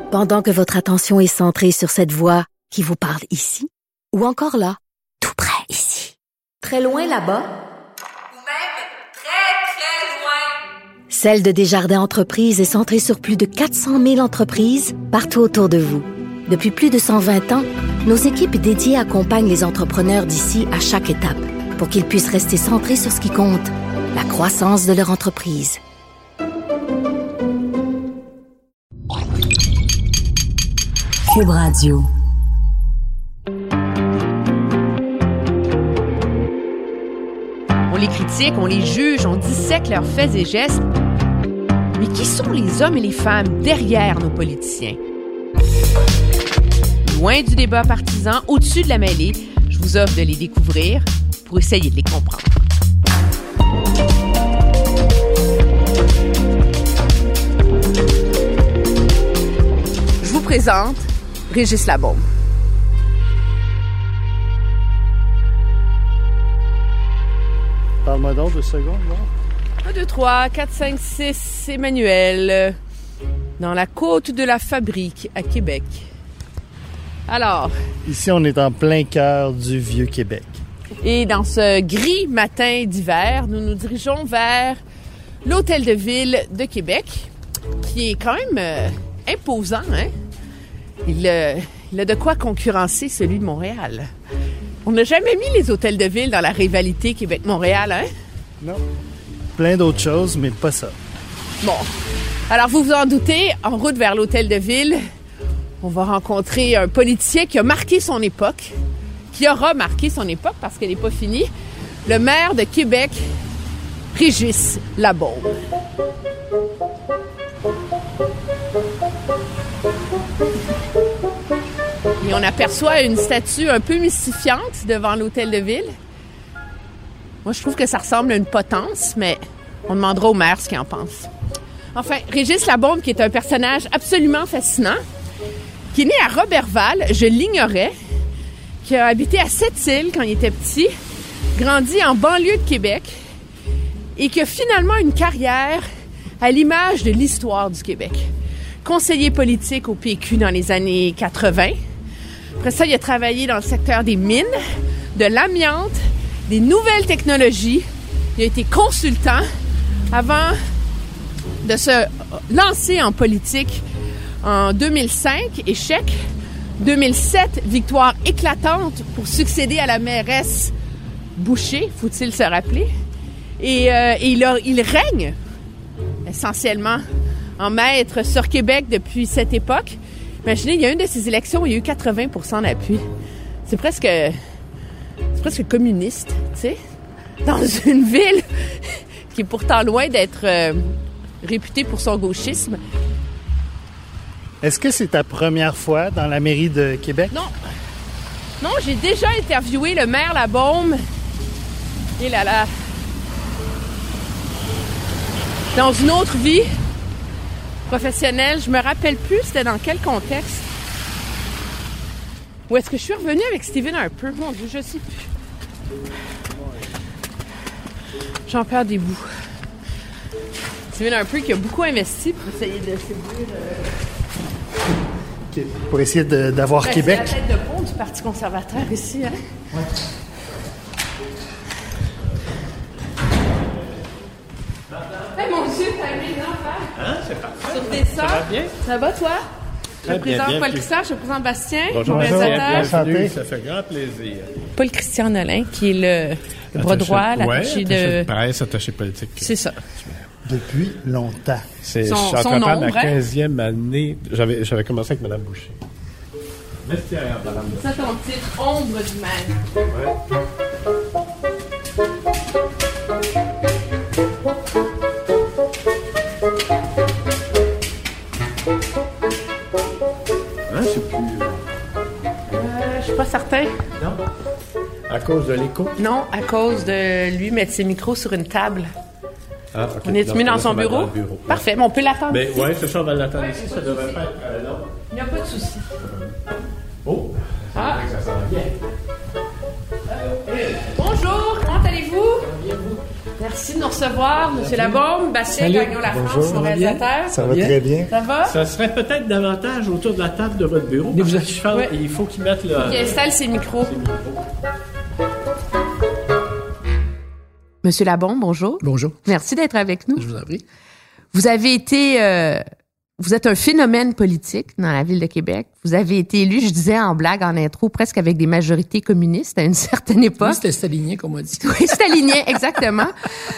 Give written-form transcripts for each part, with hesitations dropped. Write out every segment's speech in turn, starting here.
Pendant que votre attention est centrée sur cette voix qui vous parle ici, ou encore là, tout près ici, très loin là-bas, ou même très, très loin. Celle de Desjardins Entreprises est centrée sur plus de 400 000 entreprises partout autour de vous. Depuis plus de 120 ans, nos équipes dédiées accompagnent les entrepreneurs d'ici à chaque étape pour qu'ils puissent rester centrés sur ce qui compte, la croissance de leur entreprise. Cube Radio. On les critique, on les juge, on dissèque leurs faits et gestes. Mais qui sont les hommes et les femmes derrière nos politiciens? Loin du débat partisan, au-dessus de la mêlée, je vous offre de les découvrir pour essayer de les comprendre. Je vous présente Régis Labaume. Parle-moi donc 2 secondes, là. 1, 2, 3, 4, 5, 6, Emmanuel, dans la côte de la Fabrique, à Québec. Alors... Ici, on est en plein cœur du Vieux-Québec. Et dans ce gris matin d'hiver, nous nous dirigeons vers l'Hôtel de Ville de Québec, qui est quand même imposant, hein? Il a de quoi concurrencer celui de Montréal. On n'a jamais mis les hôtels de ville dans la rivalité Québec-Montréal, hein? Non. Plein d'autres choses, mais pas ça. Bon. Alors, vous vous en doutez, en route vers l'Hôtel de Ville, on va rencontrer un politicien qui a marqué son époque, qui aura marqué son époque parce qu'elle n'est pas finie, le maire de Québec, Régis Labaume. Et on aperçoit une statue un peu mystifiante devant l'Hôtel de Ville. Moi, je trouve que ça ressemble à une potence, mais on demandera au maire ce qu'il en pense. Enfin, Régis Labaume, qui est un personnage absolument fascinant, qui est né à Roberval, je l'ignorais, qui a habité à Sept-Îles quand il était petit, grandi en banlieue de Québec et qui a finalement une carrière à l'image de l'histoire du Québec. Conseiller politique au PQ dans les années 80. Après ça, il a travaillé dans le secteur des mines, de l'amiante, des nouvelles technologies. Il a été consultant avant de se lancer en politique en 2005, échec. 2007, victoire éclatante pour succéder à la mairesse Boucher, faut-il se rappeler. Et il règne essentiellement en maître sur Québec depuis cette époque. Imaginez, il y a une de ces élections où il y a eu 80% d'appui. C'est presque communiste, tu sais, dans une ville qui est pourtant loin d'être réputée pour son gauchisme. Est-ce que c'est ta première fois dans la mairie de Québec? Non, j'ai déjà interviewé le maire Labaume. Et là, dans une autre vie professionnelle, je me rappelle plus c'était dans quel contexte. Ou est-ce que je suis revenue avec Stephen Harper? Mon Dieu, je sais plus. J'en perds des bouts. Stephen Harper qui a beaucoup investi pour essayer de séduire... Pour essayer d'avoir Québec. C'est la tête de pont du Parti conservateur ici, hein? Ouais. Hey, mon Dieu, t'as aimé l'enfer? Hein, c'est parfait. Sur des Ça va bien? Ça va, toi? Très Je présente bien, Paul puis- Christian, je présente Bastien, Bonjour, mon réalisateur. Santé. Ça fait grand plaisir. Paul Christian Nolin, qui est le bras droit, l'attaché de... Presse, attaché politique. C'est ça. Depuis longtemps. Je suis Son en train de faire ombre, ma hein? 15e année. J'avais commencé avec Mme Boucher. Vestiaire, Mme Boucher. C'est ça ton titre, Ombre du maire. Hein, c'est plus... Je suis pas certain. Non? À cause de l'écho? Non, à cause de lui mettre ses micros sur une table. Ah, ok. On est-tu mis dans son bureau? Parfait, mais on peut l'attendre. Mais ici. ouais, c'est ça, on va l'attendre Ouais, ici. pas Ça de devrait souci. pas être long. Il n'y a pas de souci. Oh! Ah. Ça s'en vient. Bonjour, comment allez-vous? Merci de nous recevoir, M. Labombe, Bastien Gagnon-Lafrance, mon réalisateur. Ça va très bien. Ça va? Ça serait peut-être davantage autour de la table de votre bureau. Mais vous parce que Ouais. il faut qu'ils mettent le... Il installe ses micros. Monsieur Labombe, bonjour. Bonjour. Merci d'être avec nous. Je vous en prie. Vous avez été... vous êtes un phénomène politique dans la ville de Québec. Vous avez été élu, je disais en blague, en intro, presque avec des majorités communistes à une certaine époque. Oui, c'était stalinien, comme on dit. Oui, stalinien, exactement.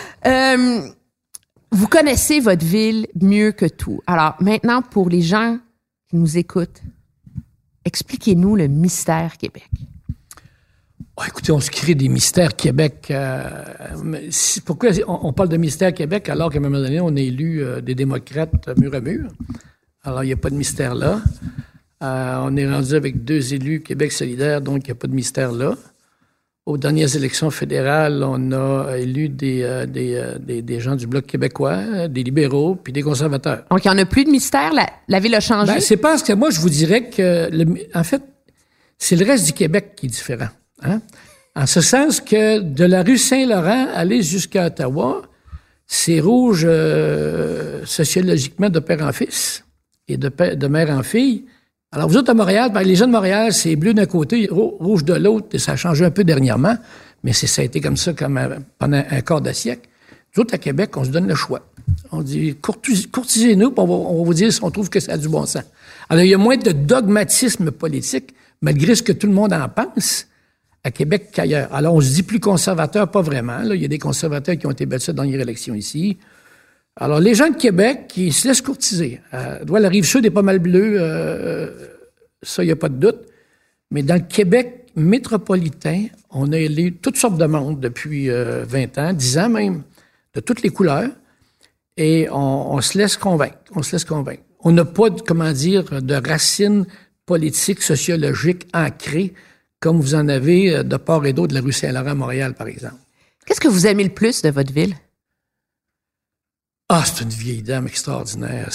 Vous connaissez votre ville mieux que tout. Alors, maintenant, pour les gens qui nous écoutent, expliquez-nous le mystère Québec. Oh, écoutez, on se crée des mystères Québec. Pourquoi on parle de mystère Québec alors qu'à un moment donné, on a élu des démocrates mur à mur? Alors, il n'y a pas de mystère là. On est rendu avec 2 élus Québec solidaire, donc il n'y a pas de mystère là. Aux dernières élections fédérales, on a élu des gens du Bloc québécois, des libéraux, puis des conservateurs. Donc, il n'y en a plus de mystère? La ville a changé? Ben, c'est parce que moi, je vous dirais que, en fait, c'est le reste du Québec qui est différent. Hein? En ce sens que de la rue Saint-Laurent aller jusqu'à Ottawa, c'est rouge sociologiquement de père en fils et de mère en fille. Alors, vous autres à Montréal, les gens de Montréal, c'est bleu d'un côté, rouge de l'autre, et ça a changé un peu dernièrement, mais ça a été comme ça pendant un quart de siècle. Nous autres, à Québec, on se donne le choix. On dit, courtisez-nous, puis on va vous dire si on trouve que ça a du bon sens. Alors, il y a moins de dogmatisme politique, malgré ce que tout le monde en pense, à Québec qu'ailleurs. Alors, on se dit plus conservateur, pas vraiment. Là, il y a des conservateurs qui ont été battus dans les élections ici. Alors, les gens de Québec qui se laissent courtiser. La Rive-Sud est pas mal bleue, ça, il n'y a pas de doute. Mais dans le Québec métropolitain, on a élu toutes sortes de monde depuis 20 ans, 10 ans même, de toutes les couleurs. Et on se laisse convaincre. On n'a pas, de racines politiques, sociologiques ancrées, comme vous en avez de part et d'autre de la rue Saint-Laurent à Montréal, par exemple. Qu'est-ce que vous aimez le plus de votre ville? Ah, c'est une vieille dame extraordinaire.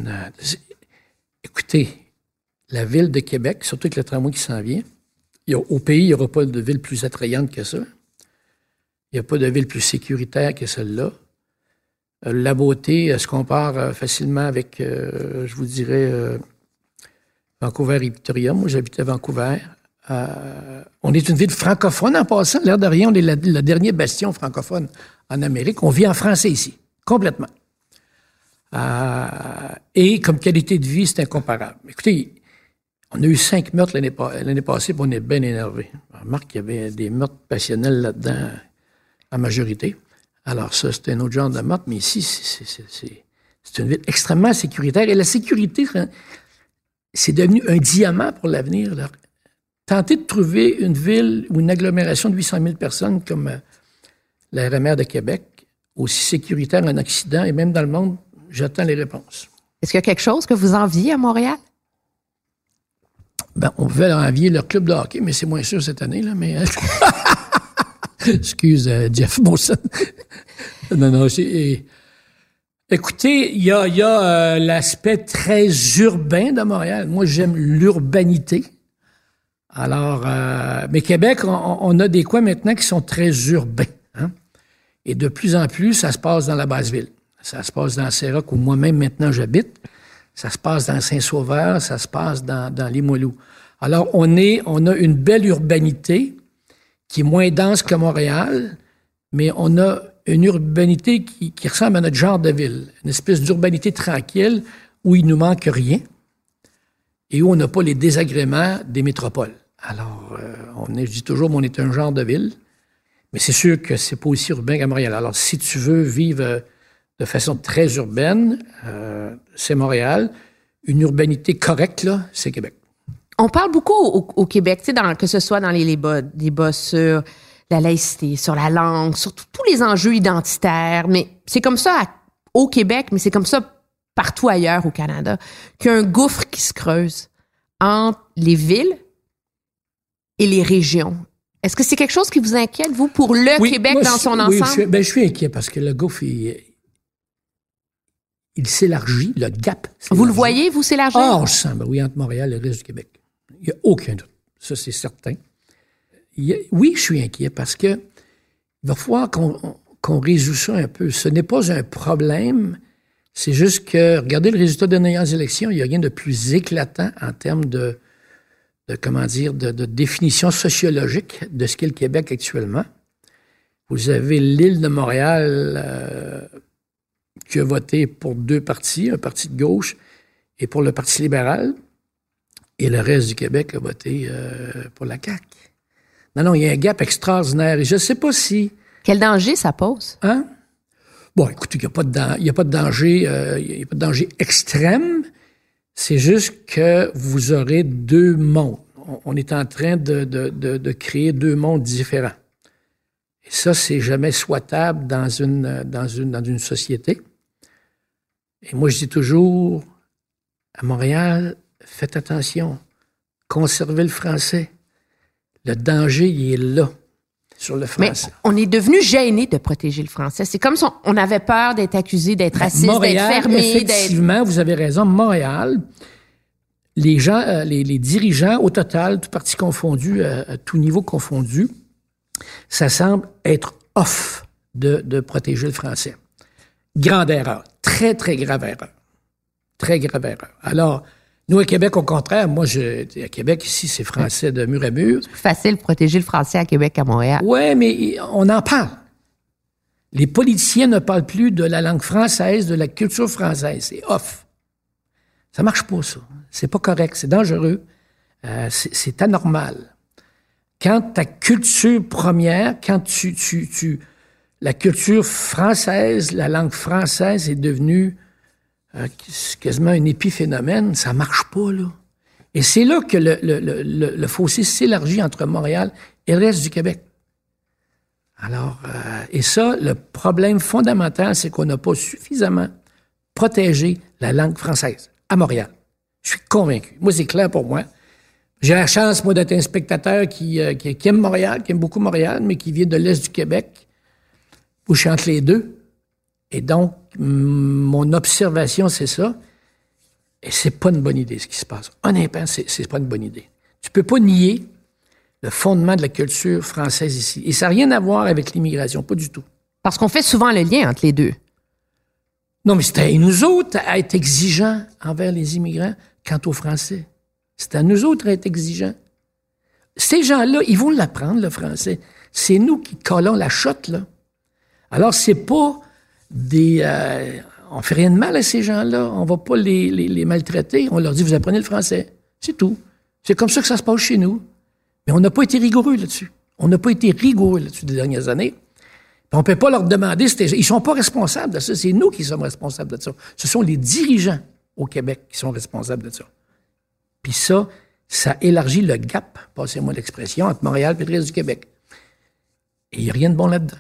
Écoutez, la ville de Québec, surtout avec le tramway qui s'en vient, au pays, il n'y aura pas de ville plus attrayante que ça. Il n'y a pas de ville plus sécuritaire que celle-là. La beauté se compare facilement avec, je vous dirais, Vancouver et Victoria. Moi, j'habite à Vancouver. On est une ville francophone en passant. L'air de rien, on est le dernier bastion francophone en Amérique. On vit en français ici, complètement. Et comme qualité de vie, c'est incomparable. Écoutez, on a eu 5 meurtres l'année passée, puis on est bien énervé. On remarque qu'il y avait des meurtres passionnels là-dedans, en majorité. Alors ça, c'est un autre genre de meurtre, mais ici, c'est une ville extrêmement sécuritaire. Et la sécurité, c'est devenu un diamant pour l'avenir. Là. Tenter de trouver une ville ou une agglomération de 800 000 personnes comme la RMR de Québec, aussi sécuritaire en Occident et même dans le monde, j'attends les réponses. Est-ce qu'il y a quelque chose que vous enviez à Montréal? Ben, on pouvait envier leur club de hockey, mais c'est moins sûr cette année, là, mais... Excuse, Jeff Monson. Non, écoutez, il y a l'aspect très urbain de Montréal. Moi, j'aime l'urbanité. Alors, mais Québec, on a des coins maintenant qui sont très urbains. Hein? Et de plus en plus, ça se passe dans la Basse-Ville. Ça se passe dans Saint-Roch, où moi-même maintenant j'habite. Ça se passe dans Saint-Sauveur, ça se passe dans Limoilou. Alors, on a une belle urbanité qui est moins dense que Montréal, mais on a une urbanité qui ressemble à notre genre de ville. Une espèce d'urbanité tranquille où il nous manque rien et où on n'a pas les désagréments des métropoles. Alors, je dis toujours, on est un genre de ville, mais c'est sûr que c'est pas aussi urbain qu'à Montréal. Alors, si tu veux vivre de façon très urbaine, c'est Montréal. Une urbanité correcte, là, c'est Québec. On parle beaucoup au Québec, que ce soit dans les débats sur la laïcité, sur la langue, sur tous les enjeux identitaires. Mais c'est comme ça au Québec, mais c'est comme ça partout ailleurs au Canada, qu'il y a un gouffre qui se creuse entre les villes et les régions. Est-ce que c'est quelque chose qui vous inquiète, vous, pour le Québec dans son ensemble? Oui, je suis inquiet parce que le gouffre, il s'élargit, le gap s'élargit. Vous le voyez, vous, s'élargir? Ah, on le sent, oui, entre Montréal et le reste du Québec. Il n'y a aucun doute. Ça, c'est certain. Oui, je suis inquiet parce que il va falloir qu'on résout ça un peu. Ce n'est pas un problème, c'est juste que, regardez le résultat des dernières élections, il n'y a rien de plus éclatant en termes de définition sociologique de ce qu'est le Québec actuellement. Vous avez l'île de Montréal qui a voté pour 2 partis, un parti de gauche et pour le Parti libéral, et le reste du Québec a voté pour la CAQ. Non, il y a un gap extraordinaire, et je ne sais pas si... Quel danger ça pose? Hein? Bon, écoutez, il n'y a pas de danger extrême. C'est juste que vous aurez 2 mondes. On est en train de créer 2 mondes différents. Et ça, c'est jamais souhaitable dans une société. Et moi, je dis toujours, à Montréal, faites attention. Conservez le français. Le danger, il est là, sur le français. Mais on est devenu gêné de protéger le français. C'est comme si on avait peur d'être accusé d'être raciste, Montréal, d'être fermé. Effectivement, vous avez raison. Montréal, les gens, les dirigeants, au total, tout parti confondu, à tout niveau confondu, ça semble être off de protéger le français. Grande erreur. Très, très grave erreur. Très grave erreur. Alors, nous, à Québec, au contraire, à Québec, ici, c'est français de mur à mur. C'est plus facile de protéger le français à Québec qu'à Montréal. Oui, mais on en parle. Les politiciens ne parlent plus de la langue française, de la culture française. C'est off. Ça marche pas, ça. C'est pas correct. C'est dangereux. C'est anormal. Quand ta culture première, quand la culture française, la langue française est devenue quasiment un épiphénomène, ça marche pas, là. Et c'est là que le fossé s'élargit entre Montréal et le reste du Québec. Alors, et ça, le problème fondamental, c'est qu'on n'a pas suffisamment protégé la langue française à Montréal. Je suis convaincu. Moi, c'est clair pour moi. J'ai la chance, moi, d'être un spectateur qui aime Montréal, qui aime beaucoup Montréal, mais qui vient de l'Est du Québec, où je suis entre les deux. Et donc, mon observation, c'est ça. Et c'est pas une bonne idée, ce qui se passe. Honnêtement, c'est pas une bonne idée. Tu peux pas nier le fondement de la culture française ici. Et ça n'a rien à voir avec l'immigration, pas du tout. Parce qu'on fait souvent le lien entre les deux. Non, mais c'est à nous autres à être exigeants envers les immigrants quant aux Français. C'est à nous autres à être exigeants. Ces gens-là, ils vont l'apprendre, le français. C'est nous qui collons la chotte, là. Alors, c'est pas on fait rien de mal à ces gens-là. On va pas les maltraiter. On leur dit, vous apprenez le français. C'est tout. C'est comme ça que ça se passe chez nous. Mais on n'a pas été rigoureux là-dessus. On n'a pas été rigoureux là-dessus des dernières années. Puis on peut pas leur demander, ils sont pas responsables de ça. C'est nous qui sommes responsables de ça. Ce sont les dirigeants au Québec qui sont responsables de ça. Puis ça élargit le gap, passez-moi l'expression, entre Montréal et le reste du Québec. Et il n'y a rien de bon là-dedans.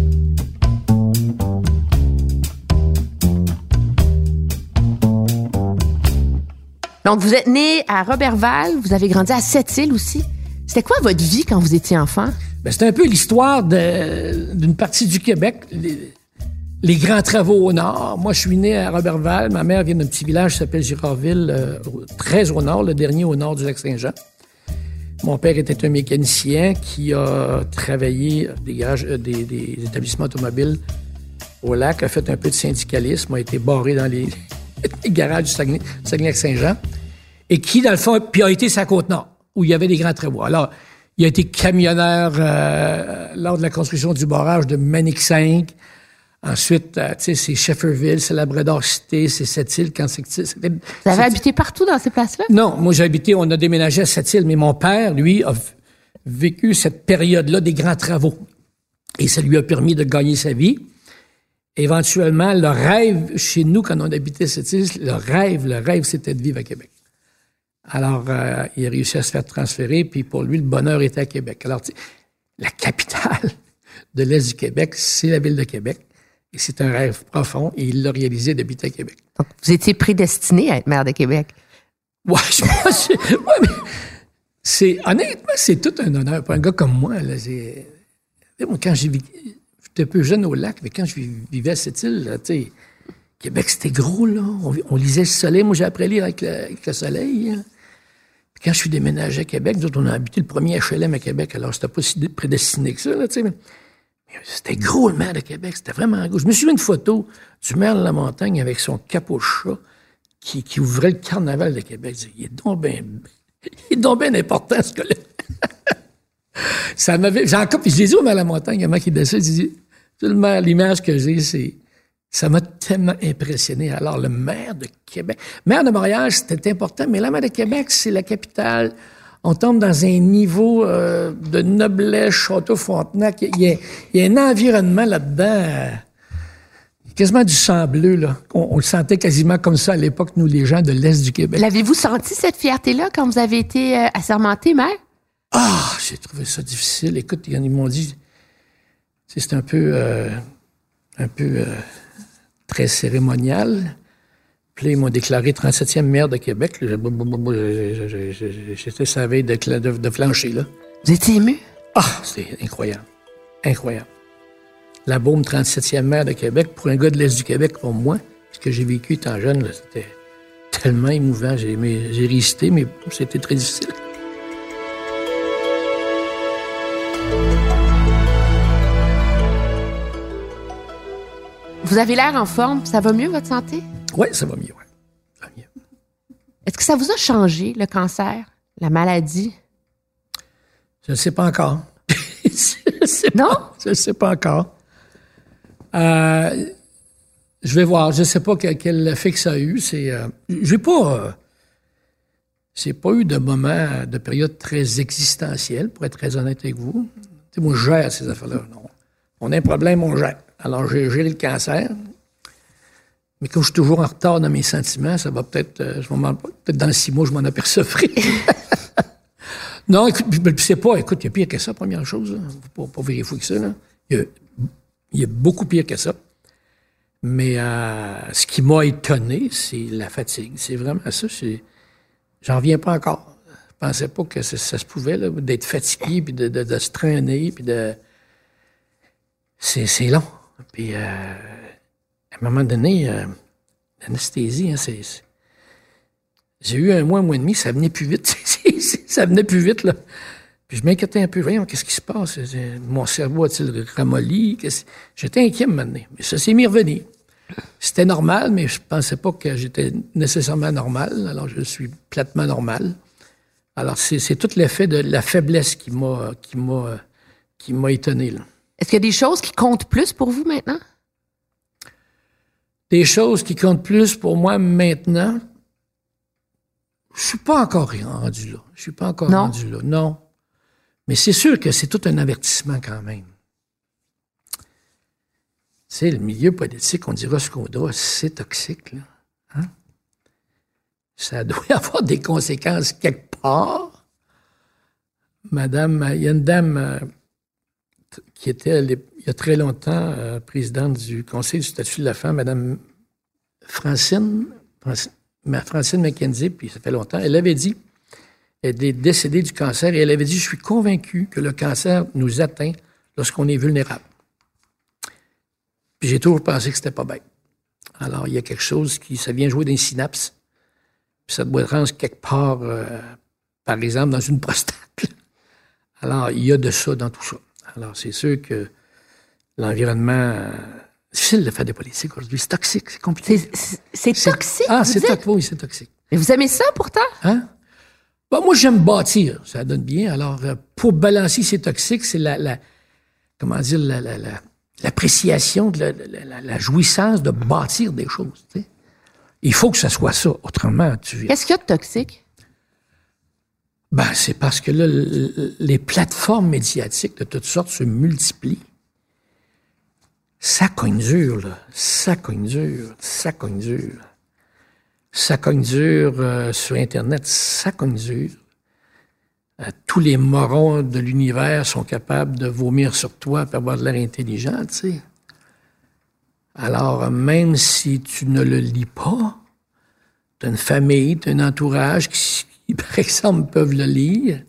Donc, vous êtes né à Roberval, vous avez grandi à Sept-Îles aussi. C'était quoi votre vie quand vous étiez enfant? Ben, c'était un peu l'histoire d'une partie du Québec, les grands travaux au nord. Moi, je suis né à Roberval. Ma mère vient d'un petit village qui s'appelle Girardville, très au nord, le dernier au nord du Lac-Saint-Jean. Mon père était un mécanicien qui a travaillé des établissements automobiles au lac, a fait un peu de syndicalisme, a été barré dans les garages du Saguenay-Lac-Saint-Jean, et qui, dans le fond, puis a été sa Côte-Nord, où il y avait des grands travaux. Alors, il a été camionneur lors de la construction du barrage de Manic 5. Ensuite, tu sais, c'est Shefferville, c'est Labrador-Cité, c'est Sept-Îles. Vous avez habité partout dans ces places-là? Non, moi, on a déménagé à Sept-Îles, mais mon père, lui, a vécu cette période-là des grands travaux. Et ça lui a permis de gagner sa vie. Éventuellement, le rêve, chez nous, quand on habitait Sept-Îles, le rêve, c'était de vivre à Québec. Alors, il a réussi à se faire transférer, puis pour lui, le bonheur était à Québec. Alors, la capitale de l'Est du Québec, c'est la ville de Québec. Et c'est un rêve profond, et il l'a réalisé d'habiter à Québec. Donc, vous étiez prédestiné à être maire de Québec? Ouais, je pense. Ouais, mais honnêtement, c'est tout un honneur pour un gars comme moi. Là, moi, quand j'étais un peu jeune au lac, mais quand je vivais à cette île, là, tu sais, Québec, c'était gros, là. On lisait le soleil. Moi, j'ai appris à lire avec le soleil. Hein. Puis quand je suis déménagé à Québec, nous autres, on a habité le premier HLM à Québec. Alors, c'était pas si prédestiné que ça, là, tu sais. Mais C'était gros, le maire de Québec. C'était vraiment gros. Je me souviens d'une photo du maire de la Montagne avec son capuchat qui ouvrait le carnaval de Québec. Il est donc bien important, ce gars-là. Ça m'avait... J'ai encore... Puis je l'ai dit au maire de la Montagne, avant qu'il décède, il dit, le maire, l'image que j'ai, c'est... Ça m'a tellement impressionné. Alors, le maire de Québec... Maire de Montréal, c'était important, mais la maire de Québec, c'est la capitale. On tombe dans un niveau de noblesse, Château-Frontenac. Il y a un environnement là-dedans, quasiment du sang bleu, là. On le sentait quasiment comme ça à l'époque, nous, les gens de l'Est du Québec. L'avez-vous senti, cette fierté-là, quand vous avez été assermenté, maire? Ah, j'ai trouvé ça difficile. Écoute, ils m'ont dit... C'est un peu très cérémonial. Puis là, ils m'ont déclaré 37e maire de Québec. J'étais sur la veille de flancher, là. Vous étiez ému? Ah, c'était incroyable. Incroyable. La Beaume, 37e maire de Québec, pour un gars de l'Est du Québec, pour moi, ce que j'ai vécu étant jeune, là, c'était tellement émouvant. J'ai résisté, mais c'était très difficile. Vous avez l'air en forme. Ça va mieux, votre santé? Oui, ça va mieux, oui. Ça va mieux. Est-ce que ça vous a changé, le cancer, la maladie? Je ne sais pas encore. Non? Je ne sais pas encore. Je vais voir. Je ne sais pas quel effet que ça a eu. J'ai pas eu de moment, de période très existentielle, pour être très honnête avec vous. Tu sais, moi, je gère ces affaires-là. Non. On a un problème, on gère. Alors, j'ai géré le cancer. Mais comme je suis toujours en retard dans mes sentiments, ça va peut-être... peut-être dans 6 mois, je m'en apercevrai. Non, écoute, c'est pas... Écoute, il y a pire que ça, première chose. Faut pas vérifier que ça. Là. Il y a beaucoup pire que ça. Mais ce qui m'a étonné, c'est la fatigue. C'est vraiment ça. J'en reviens pas encore. Je pensais pas que ça se pouvait, là, d'être fatigué, puis de se traîner, puis de... C'est long. Puis, à un moment donné, l'anesthésie, hein, j'ai eu 1 mois et demi, ça venait plus vite. Ça venait plus vite, là. Puis je m'inquiétais un peu. Voyons, qu'est-ce qui se passe? Mon cerveau a-t-il ramolli? J'étais inquiet maintenant. Mais ça s'est mis à revenir. C'était normal, mais je pensais pas que j'étais nécessairement normal. Alors, je suis platement normal. Alors, c'est tout l'effet de la faiblesse qui m'a étonné, là. Est-ce qu'il y a des choses qui comptent plus pour vous maintenant? Des choses qui comptent plus pour moi maintenant? Je suis pas encore rendu là. Je suis pas encore rendu là. Non. Mais c'est sûr que c'est tout un avertissement quand même. Tu sais, le milieu politique, on dira ce qu'on doit, c'est toxique, là. Hein? Ça doit avoir des conséquences quelque part. Il y a une dame... qui était, il y a très longtemps, présidente du Conseil du statut de la femme, Mme Francine McKenzie, puis ça fait longtemps, elle avait dit, elle est décédée du cancer, et elle avait dit, je suis convaincu que le cancer nous atteint lorsqu'on est vulnérable. Puis j'ai toujours pensé que c'était pas bête. Alors, il y a quelque chose ça vient jouer dans les synapses, puis ça doit rentrer quelque part, par exemple, dans une prostate. Alors, il y a de ça dans tout ça. Alors, c'est sûr que l'environnement... C'est difficile de faire des politiques aujourd'hui. C'est toxique, c'est compliqué. C'est toxique? Ah, c'est toxique, oui, c'est toxique. Mais vous aimez ça, pourtant? Hein? Bon, moi, j'aime bâtir. Ça donne bien. Alors, pour balancer ces toxiques, c'est l'appréciation de la jouissance de bâtir des choses. Tu sais. Il faut que ça soit ça. Autrement, Qu'est-ce qu'il y a de toxique? Ben, c'est parce que là, les plateformes médiatiques de toutes sortes se multiplient. Ça cogne dur, là. Ça cogne dur. Ça cogne dur. Ça cogne dur sur Internet. Ça cogne dur. Tous les morons de l'univers sont capables de vomir sur toi pour avoir de l'air intelligent, tu sais. Alors, même si tu ne le lis pas, tu as une famille, tu as un entourage qui, par exemple, peuvent le lire.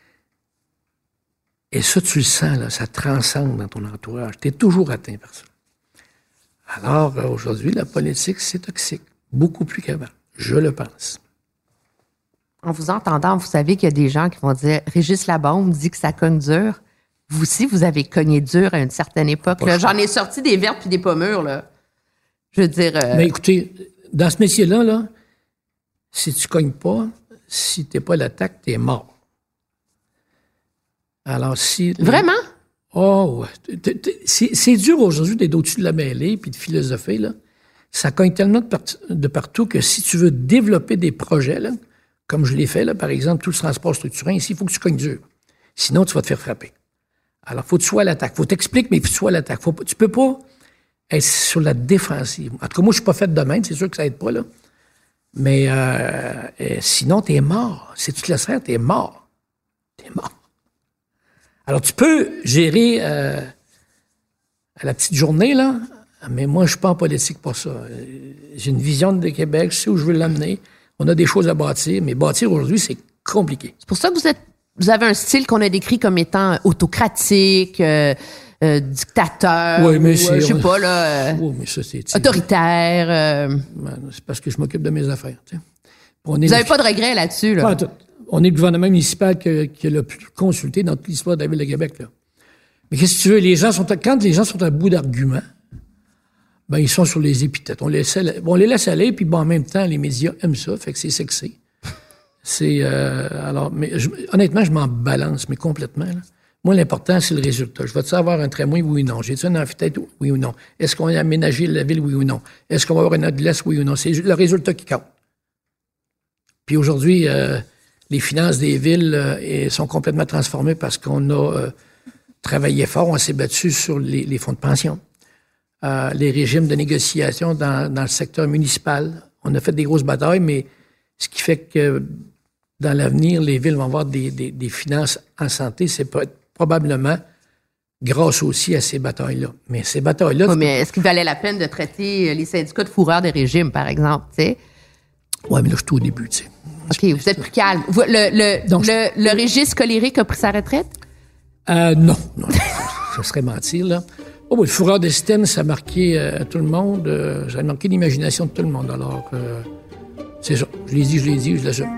Et ça, tu le sens, là, ça transcende dans ton entourage. Tu es toujours atteint par ça. Alors, aujourd'hui, la politique, c'est toxique. Beaucoup plus qu'avant. Je le pense. En vous entendant, vous savez qu'il y a des gens qui vont dire « Régis Labombe dit que ça cogne dur ». vous aussi, vous avez cogné dur à une certaine époque. Là. J'en ai sorti des vertes puis des pommures, là. Je veux dire... Mais écoutez, dans ce métier-là, là, si tu cognes pas, si t'es pas à l'attaque, t'es mort. Alors, si... Vraiment? Oh, ouais. C'est dur aujourd'hui d'être au-dessus de la mêlée puis de philosopher, là. Ça cogne tellement de partout que si tu veux développer des projets, là, comme je l'ai fait, là, par exemple, tout le transport structurant, ici, il faut que tu cognes dur. Sinon, tu vas te faire frapper. Alors, il faut que tu sois à l'attaque. Il faut t'expliquer, mais il faut que tu sois à l'attaque. Tu peux pas être sur la défensive. En tout cas, moi, je suis pas fait de même. C'est sûr que ça aide pas, là. Mais sinon, t'es mort. Si tu te laisses faire, t'es mort. T'es mort. Alors, tu peux gérer à la petite journée, là, mais moi, je suis pas en politique pour ça. J'ai une vision de Québec, je sais où je veux l'amener. On a des choses à bâtir, mais bâtir aujourd'hui, c'est compliqué. C'est pour ça que vous avez un style qu'on a décrit comme étant autocratique, dictateur, oui, mais je sais pas, là, mais ça, c'est autoritaire. C'est parce que je m'occupe de mes affaires. Tu sais. Vous n'avez pas de regrets là-dessus, là? Pas tout. On est le gouvernement municipal qui a le plus consulté dans toute l'histoire de la Ville de Québec, là. Mais qu'est-ce que tu veux? Quand les gens sont à bout d'arguments, ben, ils sont sur les épithètes. On les laisse aller, puis bon, en même temps, les médias aiment ça, fait que c'est sexy. Mais honnêtement, je m'en balance, mais complètement, là. Moi, l'important, c'est le résultat. Je vais-tu avoir un tramway, oui ou non? J'ai-tu un amphithéâtre, oui ou non? Est-ce qu'on a aménagé la ville, oui ou non? Est-ce qu'on va avoir une autre glace, oui ou non? C'est le résultat qui compte. Puis aujourd'hui, les finances des villes sont complètement transformées parce qu'on a travaillé fort, on s'est battu sur les fonds de pension. Les régimes de négociation dans le secteur municipal. On a fait des grosses batailles, mais ce qui fait que dans l'avenir, les villes vont avoir des finances en santé, c'est probablement grâce aussi à ces batailles-là. Mais ces batailles-là... Oui, mais est-ce qu'il valait la peine de traiter les syndicats de fourreurs des régimes, par exemple, tu sais? Oui, mais là, je suis au début, tu sais. OK, vous êtes plus calme. Le registre colérique a pris sa retraite? Non, ça serait mentir, là. Oh, le fourreur de système, ça a marqué tout le monde. Ça a marqué l'imagination de tout le monde. Alors, c'est ça. Je l'ai dit, je l'assume.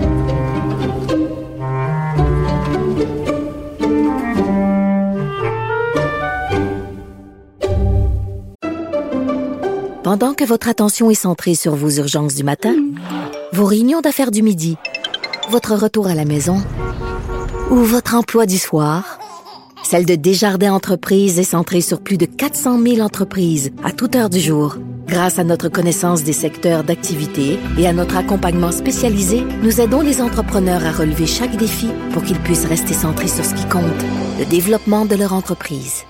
Pendant que votre attention est centrée sur vos urgences du matin, vos réunions d'affaires du midi, votre retour à la maison ou votre emploi du soir, celle de Desjardins Entreprises est centrée sur plus de 400 000 entreprises à toute heure du jour. Grâce à notre connaissance des secteurs d'activité et à notre accompagnement spécialisé, nous aidons les entrepreneurs à relever chaque défi pour qu'ils puissent rester centrés sur ce qui compte, le développement de leur entreprise.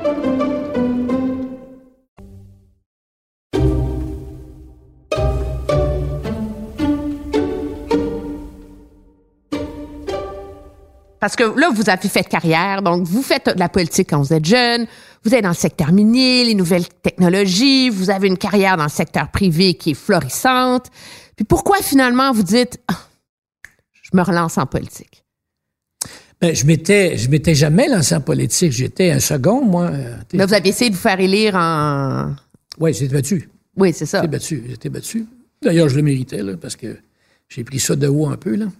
Parce que là, vous avez fait carrière, donc vous faites de la politique quand vous êtes jeune, vous êtes dans le secteur minier, les nouvelles technologies, vous avez une carrière dans le secteur privé qui est florissante. Puis pourquoi finalement vous dites je me relance en politique? Ben, je m'étais jamais lancé en politique. J'étais un second, moi. Mais vous avez essayé de vous faire élire en... Oui, j'étais battu. Oui, c'est ça. J'étais battu. D'ailleurs, je le méritais, là, parce que j'ai pris ça de haut un peu, là.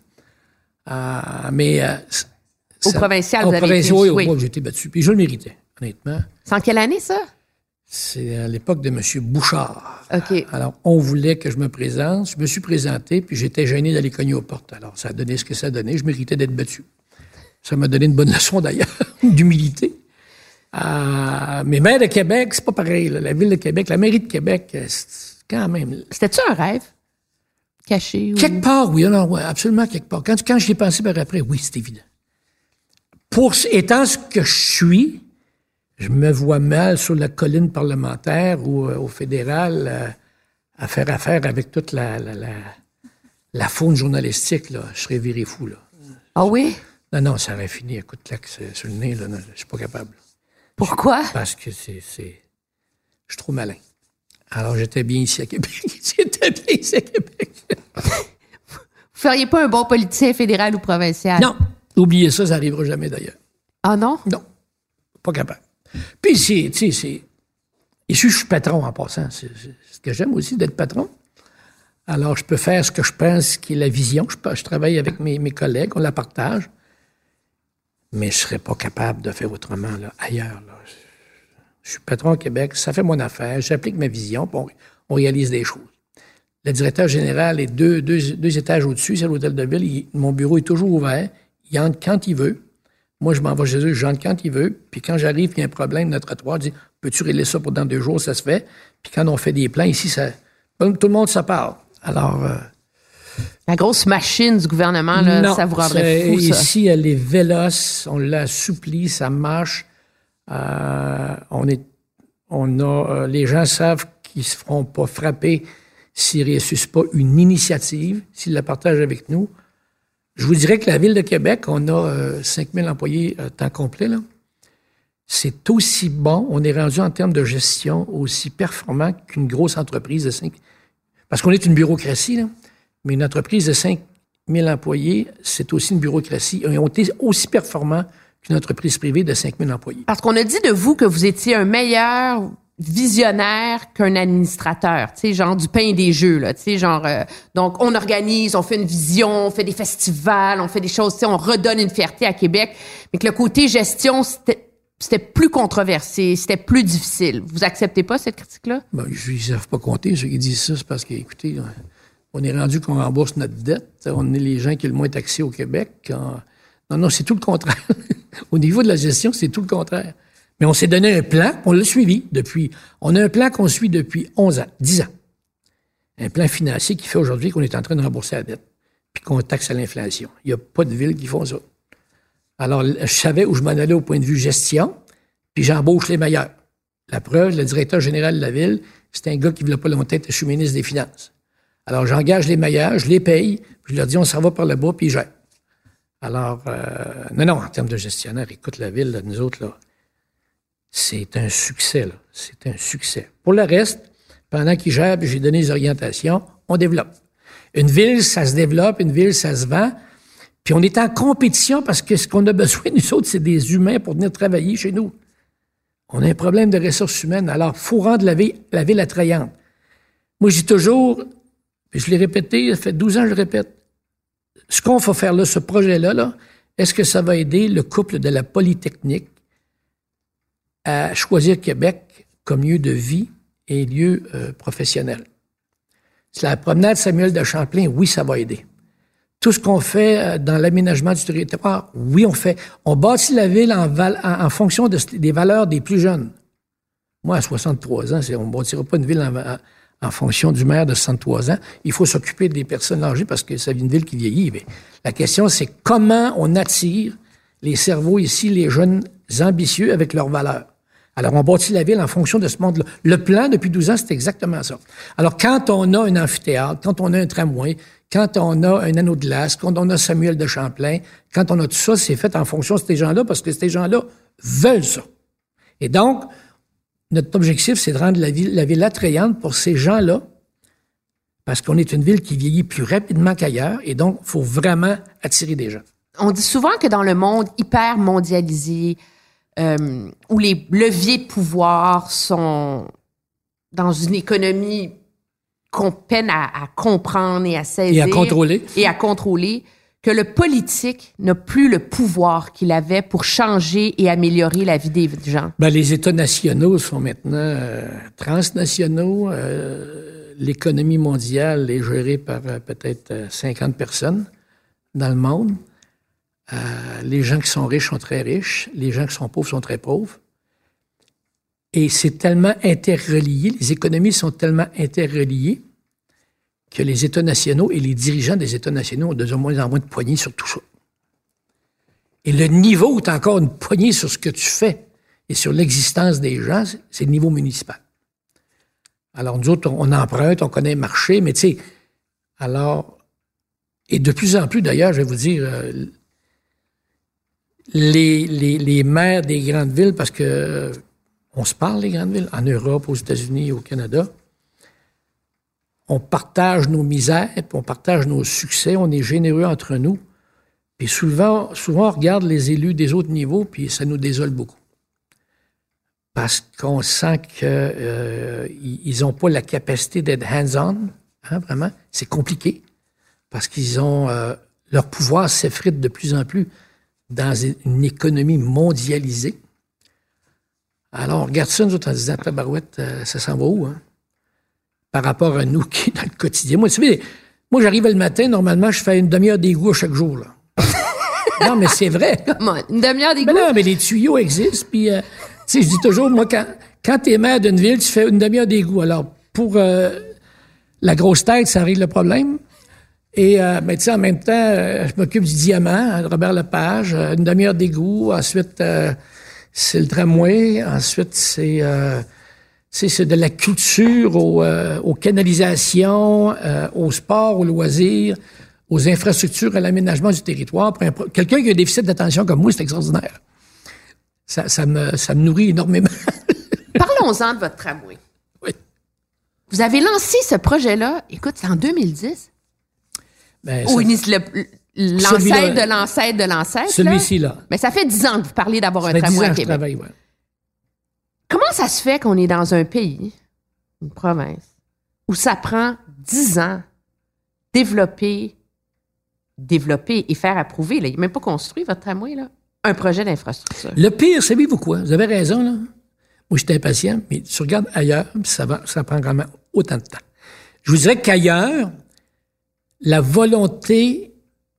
Au provincial, vous avez été... Oui, j'ai été battu. Puis je le méritais, honnêtement. C'est en quelle année, ça? C'est à l'époque de M. Bouchard. OK. Alors, on voulait que je me présente. Je me suis présenté, puis j'étais gêné d'aller cogner aux portes. Alors, ça a donné ce que ça a donné. Je méritais d'être battu. Ça m'a donné une bonne leçon, d'ailleurs, d'humilité. Mais maire de Québec, c'est pas pareil. Là. La Ville de Québec, la mairie de Québec, c'est quand même... C'était-tu un rêve? Caché? Quelque part, oui. Alors, ouais, absolument quelque part. Quand j'y ai pensé par après, oui, c'est évident. Étant ce que je suis, je me vois mal sur la colline parlementaire ou au fédéral à faire affaire avec toute la faune journalistique. Là. Je serais viré fou. Là. Ah oui? Non, ça aurait fini à coup de claque sur le nez. Là. Non, je suis pas capable. Pourquoi? Parce que je suis trop malin. Alors, j'étais bien ici à Québec. Vous feriez pas un bon politicien fédéral ou provincial? Non. Oubliez ça n'arrivera jamais d'ailleurs. Ah non? Non. Pas capable. Puis, ici, je suis patron en passant. C'est ce que j'aime aussi, d'être patron. Alors, je peux faire ce que je pense qui est la vision. Je travaille avec mes collègues, on la partage. mais je serais pas capable de faire autrement là, ailleurs. Là. Je suis patron au Québec, ça fait mon affaire, j'applique ma vision, puis on réalise des choses. Le directeur général est deux étages au-dessus, c'est à l'hôtel de ville. Mon bureau est toujours ouvert. Il entre quand il veut. Moi, je m'en vais chez eux, j'entre quand il veut. Puis quand j'arrive, il y a un problème, notre trottoir dit « Peux-tu régler ça pour dans 2 jours? » Ça se fait. Puis quand on fait des plans, ici, tout le monde se parle. Alors... la grosse machine du gouvernement, là, non, ça vous rendrait fou, ça. Ici, elle est véloce, on l'assouplit, ça marche. Les gens savent qu'ils ne se feront pas frapper s'ils ne ressuscitent pas une initiative, s'ils la partagent avec nous. Je vous dirais que la Ville de Québec, on a 5 000 employés temps complet, là. C'est aussi bon, on est rendu en termes de gestion aussi performant qu'une grosse entreprise de 5... Parce qu'on est une bureaucratie, là, mais une entreprise de 5 000 employés, c'est aussi une bureaucratie. Ils ont été aussi performants qu'une entreprise privée de 5 000 employés. Parce qu'on a dit de vous que vous étiez un meilleur visionnaire qu'un administrateur, tu sais, genre du pain et des jeux, là, tu sais, genre, donc on organise, on fait une vision, on fait des festivals, on fait des choses, tu sais, on redonne une fierté à Québec, mais que le côté gestion, c'était plus controversé, c'était plus difficile. Vous acceptez pas cette critique-là? Ben, ils ne savent pas compter, ceux qui disent ça, c'est parce que, écoutez, on est rendu qu'on rembourse notre dette, on est les gens qui ont le moins taxés au Québec. Non, c'est tout le contraire. Au niveau de la gestion, c'est tout le contraire. Mais on s'est donné un plan, on l'a suivi depuis... On a un plan qu'on suit depuis 11 ans, 10 ans. Un plan financier qui fait aujourd'hui qu'on est en train de rembourser la dette, puis qu'on taxe à l'inflation. Il n'y a pas de villes qui font ça. Alors, je savais où je m'en allais au point de vue gestion, puis j'embauche les meilleurs. La preuve, le directeur général de la ville, c'est un gars qui ne voulait pas longtemps être je suis ministre des Finances. Alors, j'engage les meilleurs, je les paye, puis je leur dis, on s'en va par là-bas, puis ils gèrent. Alors, non, en termes de gestionnaire, écoute, la ville, là, nous autres, là, c'est un succès, là. C'est un succès. Pour le reste, pendant qu'ils gèrent, j'ai donné les orientations, on développe. Une ville, ça se développe, une ville, ça se vend. Puis on est en compétition parce que ce qu'on a besoin, nous autres, c'est des humains pour venir travailler chez nous. On a un problème de ressources humaines. Alors, il faut rendre la ville attrayante. Moi, je dis toujours, je l'ai répété, ça fait 12 ans que je le répète, ce qu'on va faire là, ce projet-là, là, est-ce que ça va aider le couple de la Polytechnique à choisir Québec comme lieu de vie et lieu professionnel? C'est la promenade Samuel de Champlain, oui, ça va aider. Tout ce qu'on fait dans l'aménagement du territoire, oui, on fait. On bâtit la ville en fonction des valeurs des plus jeunes. Moi, à 63 ans, on ne bâtira pas une ville en fonction du maire de 63 ans. Il faut s'occuper des personnes âgées parce que c'est une ville qui vieillit. Mais la question, c'est comment on attire les cerveaux ici, les jeunes ambitieux avec leurs valeurs. Alors, on bâtit la ville en fonction de ce monde-là. Le plan, depuis 12 ans, c'est exactement ça. Alors, quand on a un amphithéâtre, quand on a un tramway, quand on a un anneau de glace, quand on a Samuel de Champlain, quand on a tout ça, c'est fait en fonction de ces gens-là parce que ces gens-là veulent ça. Et donc, notre objectif, c'est de rendre la ville attrayante pour ces gens-là parce qu'on est une ville qui vieillit plus rapidement qu'ailleurs et donc, il faut vraiment attirer des gens. On dit souvent que dans le monde hyper mondialisé, où les leviers de pouvoir sont dans une économie qu'on peine à comprendre et à saisir. Et à contrôler. Que le politique n'a plus le pouvoir qu'il avait pour changer et améliorer la vie des gens. Ben, les États nationaux sont maintenant transnationaux. L'économie mondiale est gérée par peut-être 50 personnes dans le monde. Les gens qui sont riches sont très riches. Les gens qui sont pauvres sont très pauvres. Et c'est tellement interrelié, les économies sont tellement interreliées que les États nationaux et les dirigeants des États nationaux ont de moins en moins de poignées sur tout ça. Et le niveau où tu as encore une poignée sur ce que tu fais et sur l'existence des gens, c'est le niveau municipal. Alors, nous autres, on emprunte, on connaît le marché, mais tu sais, alors, et de plus en plus, d'ailleurs, je vais vous dire, les maires des grandes villes, parce que on se parle, les grandes villes, en Europe, aux États-Unis, au Canada. On partage nos misères, puis on partage nos succès, on est généreux entre nous. Puis souvent, on regarde les élus des autres niveaux, puis ça nous désole beaucoup. Parce qu'on sent qu'ils n'ont pas la capacité d'être hands-on, hein, vraiment. C'est compliqué, parce qu'ils ont... leur pouvoir s'effrite de plus en plus dans une économie mondialisée. Alors, on regarde ça, nous autres, en disant, tabarouette, ça s'en va où, hein? Par rapport à nous qui, dans le quotidien. Moi, vous savez, moi, j'arrive le matin, normalement, je fais une demi-heure d'égout chaque jour, là. Non, mais c'est vrai. Une demi-heure d'égout? Ben non, mais les tuyaux existent, puis, tu sais, je dis toujours, moi, quand t'es maire d'une ville, tu fais une demi-heure d'égout. Alors, pour la grosse tête, ça règle le problème. Et, ben, tu sais, en même temps, je m'occupe du diamant, de Robert Lepage, une demi-heure d'égout. Ensuite, c'est le tramway. Ensuite, c'est de la culture aux canalisations, au sport, aux loisirs, aux infrastructures, à l'aménagement du territoire. Quelqu'un qui a un déficit d'attention comme moi, c'est extraordinaire. Ça me nourrit énormément. Parlons-en de votre tramway. Oui. Vous avez lancé ce projet-là, écoute, c'est en 2010. Ben, Ou l'ancêtre de l'ancêtre de l'ancêtre. Celui-ci, là. Mais ça fait 10 ans que vous parlez d'avoir un Ça fait 10 tramway ans à que je Québec. travaille, ouais. Comment ça se fait qu'on est dans un pays, une province, où ça prend 10 ans développer et faire approuver, là, il n'est même pas construit votre tramway, là, un projet d'infrastructure? Le pire, savez-vous quoi? Vous avez raison, là. Moi, j'étais impatient, mais tu regardes ailleurs, puis ça prend quand même autant de temps. Je vous dirais qu'ailleurs, la volonté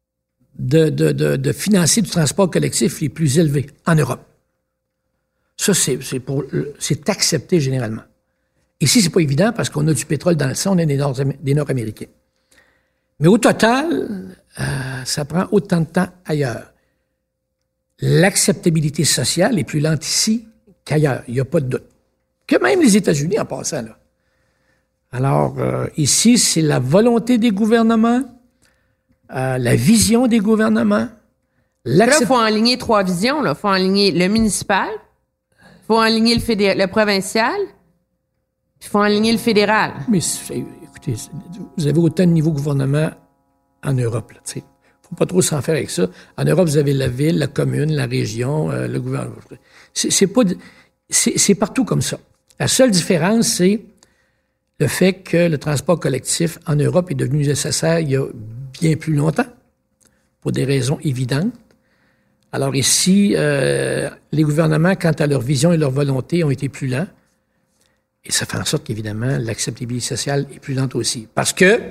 de financer du transport collectif est plus élevée en Europe. Ça, c'est accepté généralement. Ici, c'est pas évident parce qu'on a du pétrole dans le sang, on est des Nord-Américains. Mais au total, ça prend autant de temps ailleurs. L'acceptabilité sociale est plus lente ici qu'ailleurs, il n'y a pas de doute. Que même les États-Unis en passant, là. Alors, ici, c'est la volonté des gouvernements, la vision des gouvernements. Là, il faut enligner 3 visions. Il faut enligner le municipal, il faut enligner le provincial, puis il faut enligner le fédéral. Mais écoutez, vous avez autant de niveaux gouvernement en Europe, là, tu sais. Faut pas trop s'en faire avec ça. En Europe, vous avez la ville, la commune, la région, le gouvernement. C'est partout comme ça. La seule différence, c'est le fait que le transport collectif en Europe est devenu nécessaire il y a bien plus longtemps, pour des raisons évidentes. Alors ici, les gouvernements, quant à leur vision et leur volonté, ont été plus lents. Et ça fait en sorte qu'évidemment, l'acceptabilité sociale est plus lente aussi. Parce que, vous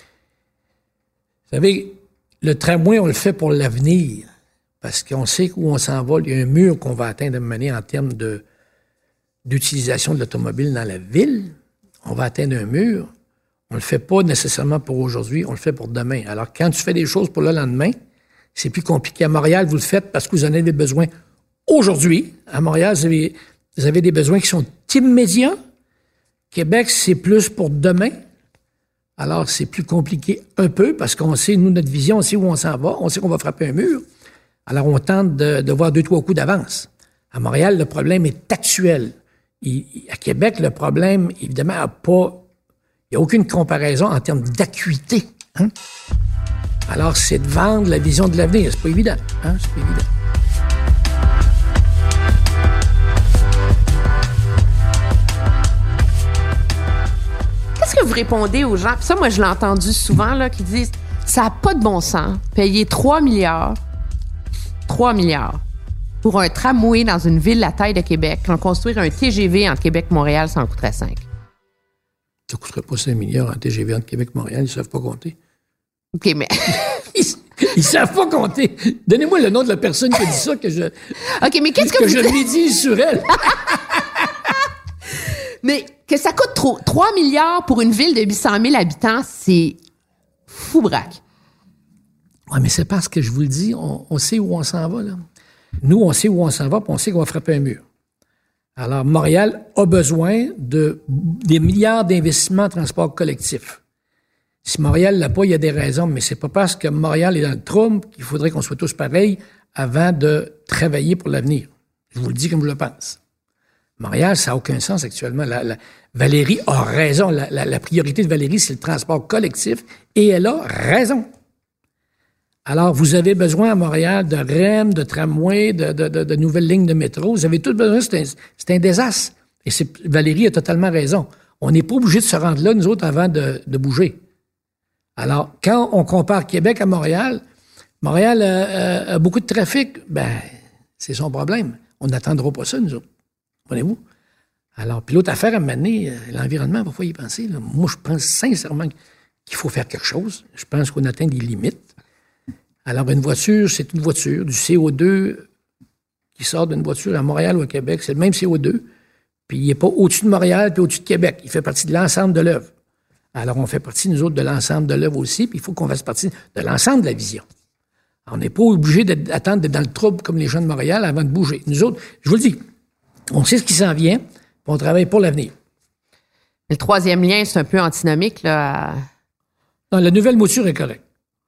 savez, le tramway, on le fait pour l'avenir. Parce qu'on sait où on s'en va. Il y a un mur qu'on va atteindre à un moment donné en termes d'utilisation de l'automobile dans la ville. On va atteindre un mur. On ne le fait pas nécessairement pour aujourd'hui, on le fait pour demain. Alors, quand tu fais des choses pour le lendemain, c'est plus compliqué. À Montréal, vous le faites parce que vous en avez besoin aujourd'hui. À Montréal, vous avez des besoins qui sont immédiats. Québec, c'est plus pour demain. Alors, c'est plus compliqué un peu parce qu'on sait, nous, notre vision, on sait où on s'en va, on sait qu'on va frapper un mur. Alors, on tente de voir 2-3 coups d'avance. À Montréal, le problème est actuel. À Québec, le problème, évidemment, il n'y a aucune comparaison en termes d'acuité. Hein? Alors, c'est de vendre la vision de l'avenir. C'est pas évident. Hein? C'est pas évident. Qu'est-ce que vous répondez aux gens? Puis ça, moi, je l'ai entendu souvent, là, qui disent « Ça n'a pas de bon sens, payer 3 milliards pour un tramway dans une ville la taille de Québec, quand construire un TGV entre Québec et Montréal, ça en coûterait 5. » Ça ne coûterait pas 5 milliards en TGV entre Québec et Montréal, ils ne savent pas compter. OK, mais... Ils ne savent pas compter. Donnez-moi le nom de la personne qui a dit ça, que je... OK, mais qu'est-ce que je médise sur elle. Mais que ça coûte trop. 3 milliards pour une ville de 800 000 habitants, c'est fou braque. Oui, mais c'est parce que je vous le dis, on sait où on s'en va, là. Nous, on sait où on s'en va, puis on sait qu'on va frapper un mur. Alors, Montréal a besoin des milliards d'investissements en transport collectif. Si Montréal l'a pas, il y a des raisons, mais c'est pas parce que Montréal est dans le trouble qu'il faudrait qu'on soit tous pareils avant de travailler pour l'avenir. Je vous le dis comme je le pense. Montréal, ça n'a aucun sens actuellement. Valérie a raison. La priorité de Valérie, c'est le transport collectif, et elle a raison. Alors, vous avez besoin à Montréal de REM, de tramway, de nouvelles lignes de métro. Vous avez tout besoin. C'est un désastre. Et Valérie a totalement raison. On n'est pas obligé de se rendre là, nous autres, avant de bouger. Alors, quand on compare Québec à Montréal, Montréal a beaucoup de trafic. Ben, c'est son problème. On n'attendra pas ça, nous autres. Comprenez-vous? Alors, puis l'autre affaire à mener, l'environnement, parfois y penser. Là. Moi, je pense sincèrement qu'il faut faire quelque chose. Je pense qu'on atteint des limites. Alors, une voiture, c'est une voiture. Du CO2 qui sort d'une voiture à Montréal ou à Québec, c'est le même CO2. Puis il n'est pas au-dessus de Montréal puis au-dessus de Québec. Il fait partie de l'ensemble de l'œuvre. Alors, on fait partie, nous autres, de l'ensemble de l'œuvre aussi, puis il faut qu'on fasse partie de l'ensemble de la vision. Alors, on n'est pas obligé d'attendre d'être dans le trouble comme les gens de Montréal avant de bouger. Nous autres, je vous le dis, on sait ce qui s'en vient, puis on travaille pour l'avenir. Le troisième lien, c'est un peu antinomique, là. Non, la nouvelle mouture est correcte.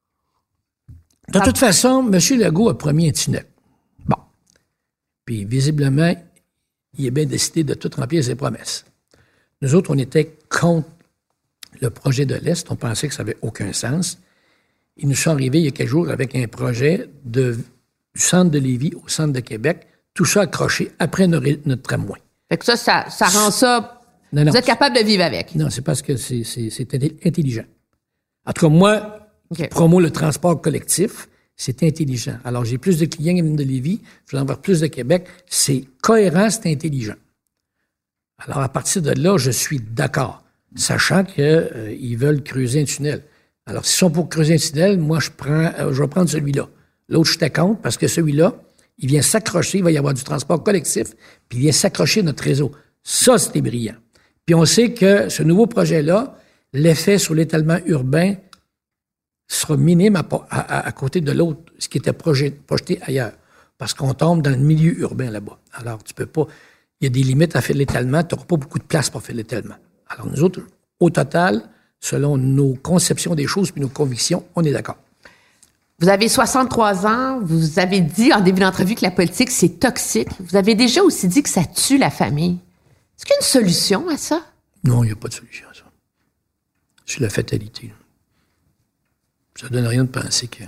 De toute façon, M. Legault a promis un tunnel. Bon. Puis, visiblement, il a bien décidé de tout remplir ses promesses. Nous autres, on était contre le projet de l'Est. On pensait que ça n'avait aucun sens. Ils nous sont arrivés il y a quelques jours avec un projet du centre de Lévis au centre de Québec, tout ça accroché après notre tramway. Fait que ça rend ça... Non, vous êtes capable de vivre avec? Non, c'est parce que c'est intelligent. En tout cas, moi, qui promeut le transport collectif, c'est intelligent. Alors, j'ai plus de clients qui viennent de Lévis, je vais en avoir plus de Québec. C'est cohérent, c'est intelligent. Alors, à partir de là, je suis d'accord, sachant qu'ils veulent creuser un tunnel. Alors, s'ils sont pour creuser un tunnel, moi, je vais prendre celui-là. L'autre, je t'accorde parce que celui-là, il vient s'accrocher, il va y avoir du transport collectif, puis il vient s'accrocher à notre réseau. Ça, c'était brillant. Puis on sait que ce nouveau projet-là, l'effet sur l'étalement urbain sera minime à côté de l'autre, ce qui était projeté ailleurs. Parce qu'on tombe dans le milieu urbain là-bas. Alors, tu peux pas... Il y a des limites à faire l'étalement. Tu n'auras pas beaucoup de place pour faire l'étalement. Alors, nous autres, au total, selon nos conceptions des choses puis nos convictions, on est d'accord. Vous avez 63 ans. Vous avez dit en début d'entrevue que la politique, c'est toxique. Vous avez déjà aussi dit que ça tue la famille. Est-ce qu'il y a une solution à ça? Non, il n'y a pas de solution à ça. C'est la fatalité. Ça ne donne rien de penser que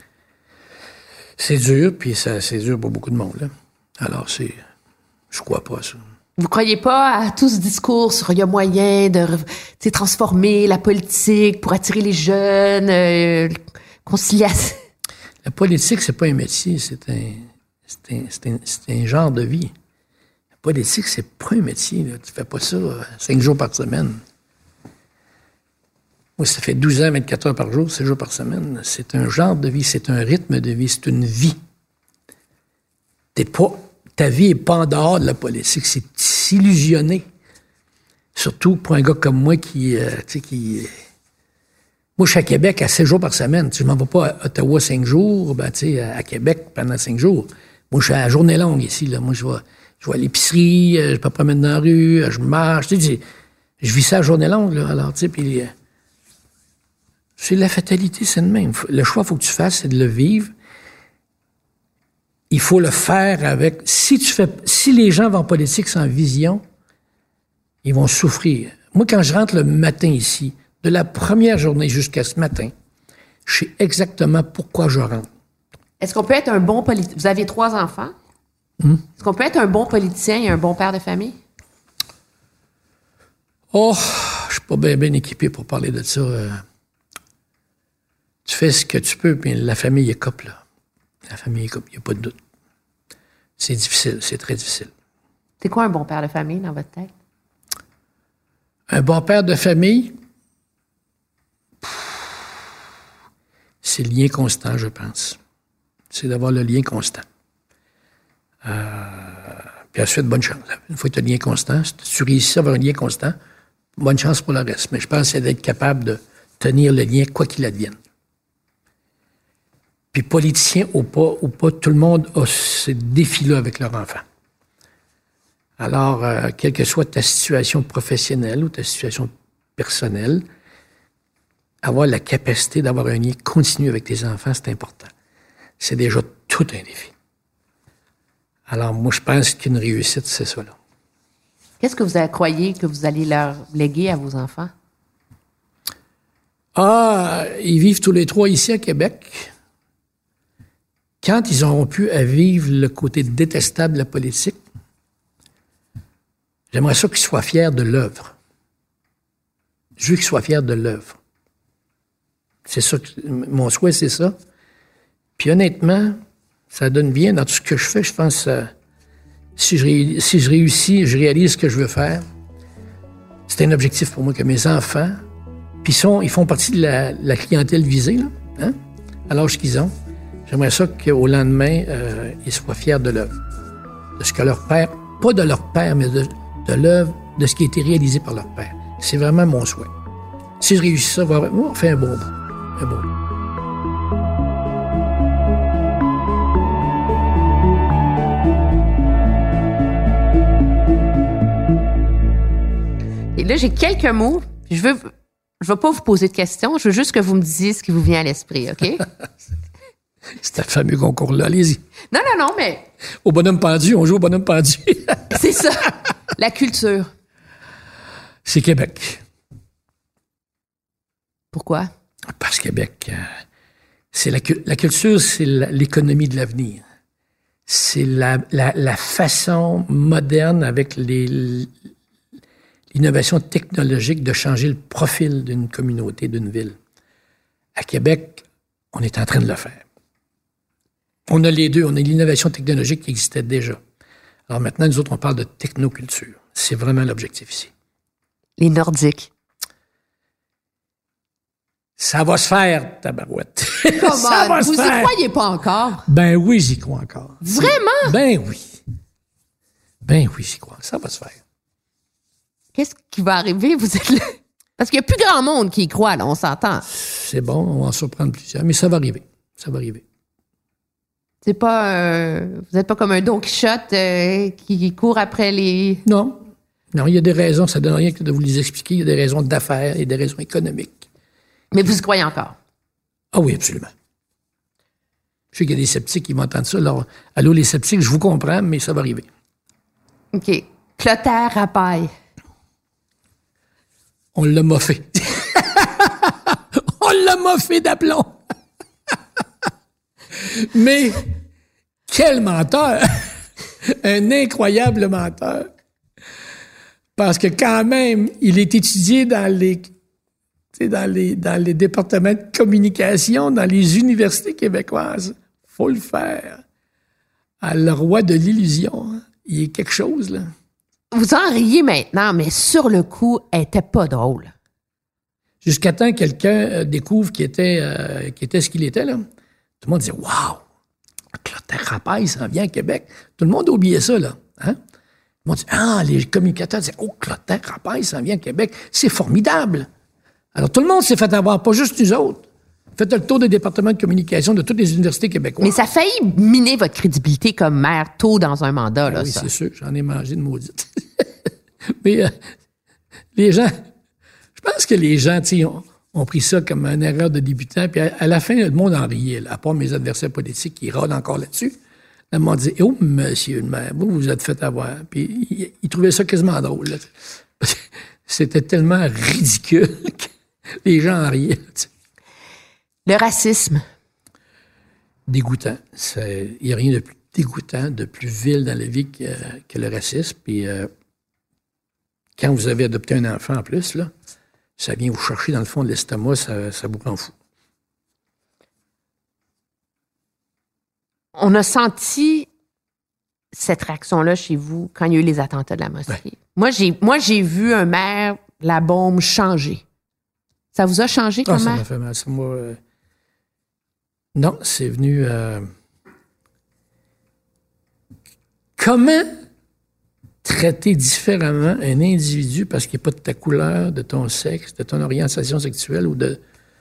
c'est dur, puis c'est dur pour beaucoup de monde. Là. Alors, je crois pas à ça. Vous croyez pas à tout ce discours sur il y a moyen de transformer la politique pour attirer les jeunes, conciliation? La politique, c'est pas un métier, c'est un genre de vie. La politique, c'est pas un métier. Là. Tu fais pas ça 5 jours par semaine. Moi, ça fait 12 ans, 24 heures par jour, 7 jours par semaine. C'est un genre de vie, c'est un rythme de vie, c'est une vie. Ta vie n'est pas en dehors de la politique, c'est s'illusionner. Surtout pour un gars comme moi qui... Moi, je suis à Québec à 7 jours par semaine. Je ne m'en vais pas à Ottawa 5 jours, à Québec pendant 5 jours. Moi, je suis à la journée longue ici. Là. Moi, je vais à l'épicerie, je me promène dans la rue, je marche. Je vis ça à journée longue. Là. Alors, puis... c'est la fatalité, c'est le même. Le choix qu'il faut que tu fasses, c'est de le vivre. Il faut le faire avec... Si les gens vont en politique sans vision, ils vont souffrir. Moi, quand je rentre le matin ici, de la première journée jusqu'à ce matin, je sais exactement pourquoi je rentre. Est-ce qu'on peut être un bon politicien? Vous avez 3 enfants. Est-ce qu'on peut être un bon politicien et un bon père de famille? Oh, je suis pas bien équipé pour parler de ça. Tu fais ce que tu peux, puis la famille est coupe, là. La famille est coupe, il n'y a pas de doute. C'est difficile, c'est très difficile. C'est quoi un bon père de famille dans votre tête? Un bon père de famille, c'est le lien constant, je pense. C'est d'avoir le lien constant. Puis ensuite, bonne chance. Une fois que tu as le lien constant, si tu réussis à avoir un lien constant, bonne chance pour le reste. Mais je pense que c'est d'être capable de tenir le lien quoi qu'il advienne. Puis politicien ou pas, tout le monde a ces défis-là avec leur enfant. Alors, quelle que soit ta situation professionnelle ou ta situation personnelle, avoir la capacité d'avoir un lien continu avec tes enfants, c'est important. C'est déjà tout un défi. Alors, moi, je pense qu'une réussite, c'est ça, là. Qu'est-ce que vous croyez que vous allez leur léguer à vos enfants? Ils vivent tous les 3 ici à Québec. Quand ils auront pu à vivre le côté détestable de la politique, j'aimerais ça qu'ils soient fiers de l'œuvre. Je veux qu'ils soient fiers de l'œuvre. C'est ça, mon souhait, c'est ça. Puis Puis honnêtement, ça donne bien dans tout ce que je fais. Je pense si je réussis, je réalise ce que je veux faire. C'est un objectif pour moi que mes enfants, puis ils font partie de la clientèle visée, là, hein, à l'âge qu'ils ont. J'aimerais ça qu'au lendemain, ils soient fiers de l'œuvre. De ce que leur père, pas de leur père, mais de l'œuvre, de ce qui a été réalisé par leur père. C'est vraiment mon souhait. Si je réussis ça, on fait un bon bout. Un bon bout. Et là, j'ai quelques mots. Je veux pas vous poser de questions. Je veux juste que vous me disiez ce qui vous vient à l'esprit, OK? C'est un fameux concours-là, allez-y. Non, mais... Au bonhomme pendu, on joue au bonhomme pendu. C'est ça. La culture. C'est Québec. Pourquoi? Parce que Québec, c'est la culture, c'est l'économie de l'avenir. C'est la façon moderne avec l'innovation technologique de changer le profil d'une communauté, d'une ville. À Québec, on est en train de le faire. On a les deux. On a l'innovation technologique qui existait déjà. Alors maintenant, nous autres, on parle de technoculture. C'est vraiment l'objectif ici. Les Nordiques. Ça va se faire, tabarouette. Ça va se faire. Vous y croyez pas encore? Ben oui, j'y crois encore. Vraiment? Ben oui. Ben oui, j'y crois. Ça va se faire. Qu'est-ce qui va arriver? Vous êtes là? Parce qu'il n'y a plus grand monde qui y croit, là, on s'entend. C'est bon, on va en surprendre plusieurs, mais ça va arriver. Ça va arriver. C'est pas vous n'êtes pas comme un Don Quichotte qui court après les... Non, il y a des raisons, ça donne rien que de vous les expliquer. Il y a des raisons d'affaires et des raisons économiques. Mais vous y croyez encore? Ah oui, absolument. Je sais qu'il y a des sceptiques qui vont entendre ça. Alors, allô les sceptiques, je vous comprends, mais ça va arriver. OK. Clotaire Rapaille. On l'a moffé. On l'a moffé d'aplomb. Mais quel menteur! Un incroyable menteur. Parce que quand même, il est étudié dans les départements de communication, dans les universités québécoises. Faut le faire. À le roi de l'illusion. Il y a quelque chose, là. Vous en riez maintenant, mais sur le coup, elle était pas drôle. Jusqu'à temps que quelqu'un découvre qu'il était ce qu'il était, là. Tout le monde disait « Wow! Clotaire Rapaille s'en vient à Québec. » Tout le monde a oublié ça, là. Hein? Tout le monde dit « Ah, les communicateurs disaient « Oh, Clotaire Rapaille s'en vient à Québec. C'est formidable! » Alors, tout le monde s'est fait avoir, pas juste nous autres. Faites le tour des départements de communication de toutes les universités québécoises. Mais ça a failli miner votre crédibilité comme maire tôt dans un mandat, là, oui, ça. C'est sûr. J'en ai mangé de maudite. Mais les gens... Je pense que les gens, tu sais, ont pris ça comme une erreur de débutant. Puis à la fin, le monde en riait, là, à part mes adversaires politiques qui rôdent encore là-dessus. Ils m'ont dit « Oh, monsieur le maire, vous vous êtes fait avoir. » Puis ils trouvaient ça quasiment drôle. Là. C'était tellement ridicule que les gens en riaient. T'sais. Le racisme. Dégoûtant. Il n'y a rien de plus dégoûtant, de plus vil dans la vie que le racisme. Puis quand vous avez adopté un enfant en plus, là, ça vient vous chercher dans le fond de l'estomac, ça vous rend fou. On a senti cette réaction-là chez vous quand il y a eu les attentats de la mosquée. Ouais. Moi, j'ai vu un maire, la bombe, changer. Ça vous a changé comme maire? Ça m'a fait mal. Non, c'est venu... Comment traiter différemment un individu parce qu'il n'est pas de ta couleur, de ton sexe, de ton orientation sexuelle ou de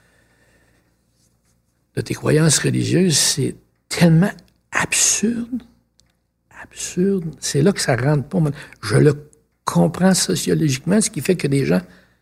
tes croyances religieuses, c'est tellement absurde. Absurde. C'est là que ça rentre pas. Je le comprends sociologiquement, ce qui fait que des gens...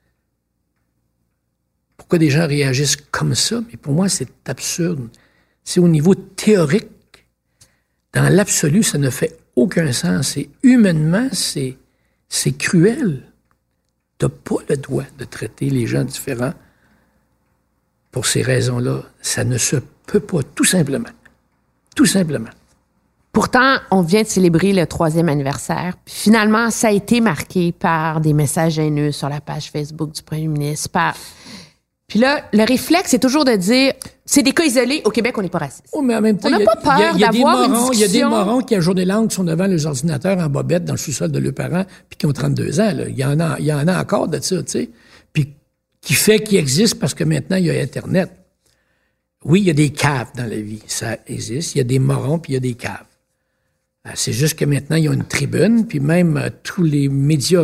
Pourquoi des gens réagissent comme ça? Mais pour moi, c'est absurde. C'est au niveau théorique. Dans l'absolu, ça ne fait aucun sens. Et humainement, c'est cruel. Tu n'as pas le droit de traiter les gens différents pour ces raisons-là. Ça ne se peut pas, tout simplement. Tout simplement. Pourtant, on vient de célébrer le 3e anniversaire. Puis finalement, ça a été marqué par des messages haineux sur la page Facebook du premier ministre. Puis là, le réflexe, c'est toujours de dire C'est des cas isolés. Au Québec, on n'est pas raciste. Oh, mais en même temps, On n'a pas peur il y a des d'avoir une morons, il y a des discussion. morons qui, à jour des langues, sont devant leurs ordinateurs en bobette dans le sous-sol de leurs parents, puis qui ont 32 ans. Là. Il y en a encore de ça, tu sais. Puis qui fait qu'il existe parce que maintenant, il y a Internet. Oui, il y a des caves dans la vie. Ça existe. Il y a des morons, puis il y a des caves. C'est juste que maintenant, il y a une tribune, puis même tous les médias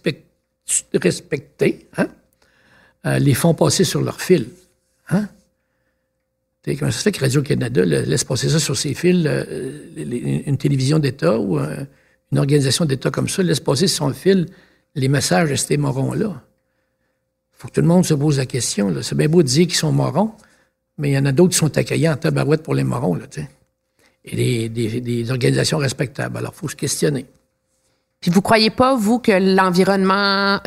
respectés les font passer sur leur fil. Hein? Comment ça se fait que Radio-Canada laisse passer ça sur ses fils, une télévision d'État ou une organisation d'État comme ça laisse passer sur son fil les messages de ces morons-là? Il faut que tout le monde se pose la question. Là. C'est bien beau de dire qu'ils sont morons, mais il y en a d'autres qui sont accueillants en tabarouette pour les morons. Là, et des organisations respectables. Alors, il faut se questionner. Puis vous croyez pas, vous, que l'environnement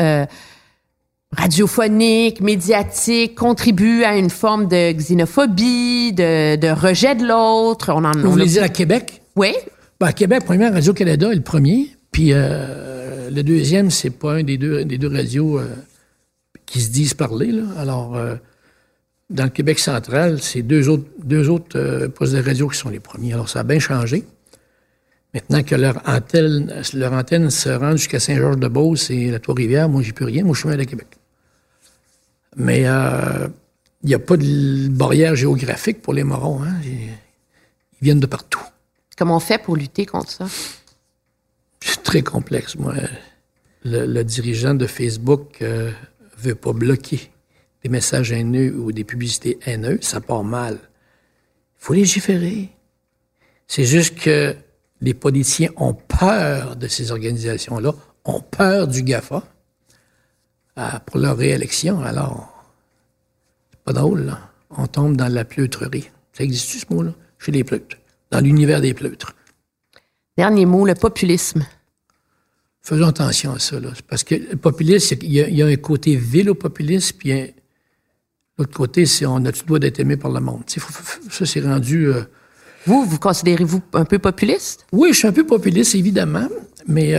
radiophonique, médiatique, contribue à une forme de xénophobie, de rejet de l'autre? Vous voulez dire à Québec? Oui. Ben, à Québec, premièrement, Radio-Canada est le premier. Puis le deuxième, c'est pas un des deux radios qui se disent parler. Là. Alors, dans le Québec central, c'est deux autres postes de radio qui sont les premiers. Alors, ça a bien changé. Maintenant que leur antenne se rend jusqu'à Saint-Georges-de-Beauce et la Trois-Rivières, moi, j'ai plus rien. Moi, je suis à Québec. Mais il n'y a pas de barrière géographique pour les morons. Hein? Ils viennent de partout. Comment on fait pour lutter contre ça? C'est très complexe, moi. Le dirigeant de Facebook veut pas bloquer des messages haineux ou des publicités haineuses. Ça part mal. Il faut légiférer. C'est juste que les politiciens ont peur de ces organisations-là, ont peur du GAFA pour leur réélection. Alors, c'est pas drôle, là. On tombe dans la pleutrerie. Ça existe-tu, ce mot-là? Chez les pleutres. Dans l'univers des pleutres. Dernier mot, le populisme. Faisons attention à ça, là. Parce que le populisme, il y a un côté vil au populisme, puis l'autre côté, c'est on a tout le droit d'être aimé par le monde. Ça, c'est rendu... Vous considérez-vous un peu populiste? Oui, je suis un peu populiste, évidemment, mais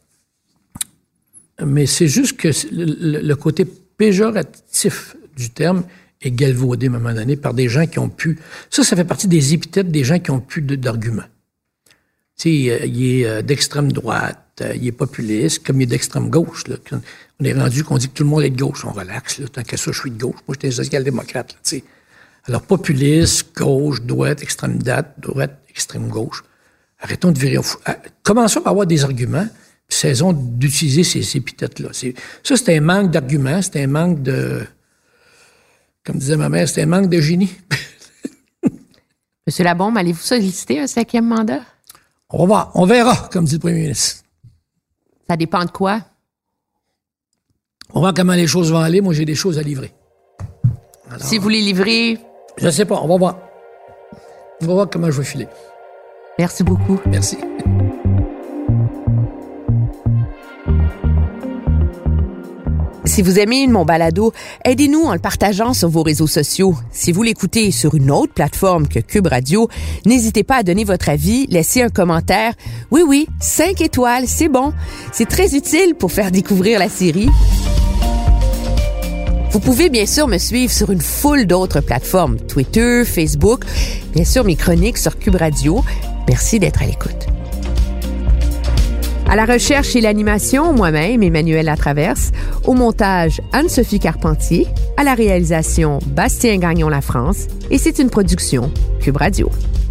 c'est juste que le côté péjoratif du terme est galvaudé à un moment donné par des gens qui ont pu... Ça fait partie des épithètes des gens qui ont plus d'arguments. Tu sais, il est d'extrême droite, il est populiste, comme il est d'extrême gauche. Là. On est rendu qu'on dit que tout le monde est de gauche. On relaxe, là, tant que ça, je suis de gauche. Moi, j'étais social-démocrate, tu sais. Alors, populiste, gauche, droite, extrême gauche. Arrêtons de virer au fou. Commençons par avoir des arguments, puis cessons d'utiliser ces épithètes-là. Ça, c'est un manque d'arguments, c'est un manque de... Comme disait ma mère, c'est un manque de génie. Monsieur Labombe, allez-vous solliciter un 5e mandat? On verra, comme dit le premier ministre. Ça dépend de quoi? On va voir comment les choses vont aller. Moi, j'ai des choses à livrer. Alors, si vous les livrez... Je ne sais pas, on va voir. On va voir comment je vais filer. Merci beaucoup. Merci. Si vous aimez mon balado, aidez-nous en le partageant sur vos réseaux sociaux. Si vous l'écoutez sur une autre plateforme que Cube Radio, n'hésitez pas à donner votre avis, laisser un commentaire. Oui, 5 étoiles, c'est bon. C'est très utile pour faire découvrir la série. Vous pouvez bien sûr me suivre sur une foule d'autres plateformes, Twitter, Facebook, bien sûr mes chroniques sur Cube Radio. Merci d'être à l'écoute. À la recherche et l'animation, moi-même, Emmanuelle Latraverse. Au montage, Anne-Sophie Carpentier. À la réalisation, Bastien Gagnon La France. Et c'est une production Cube Radio.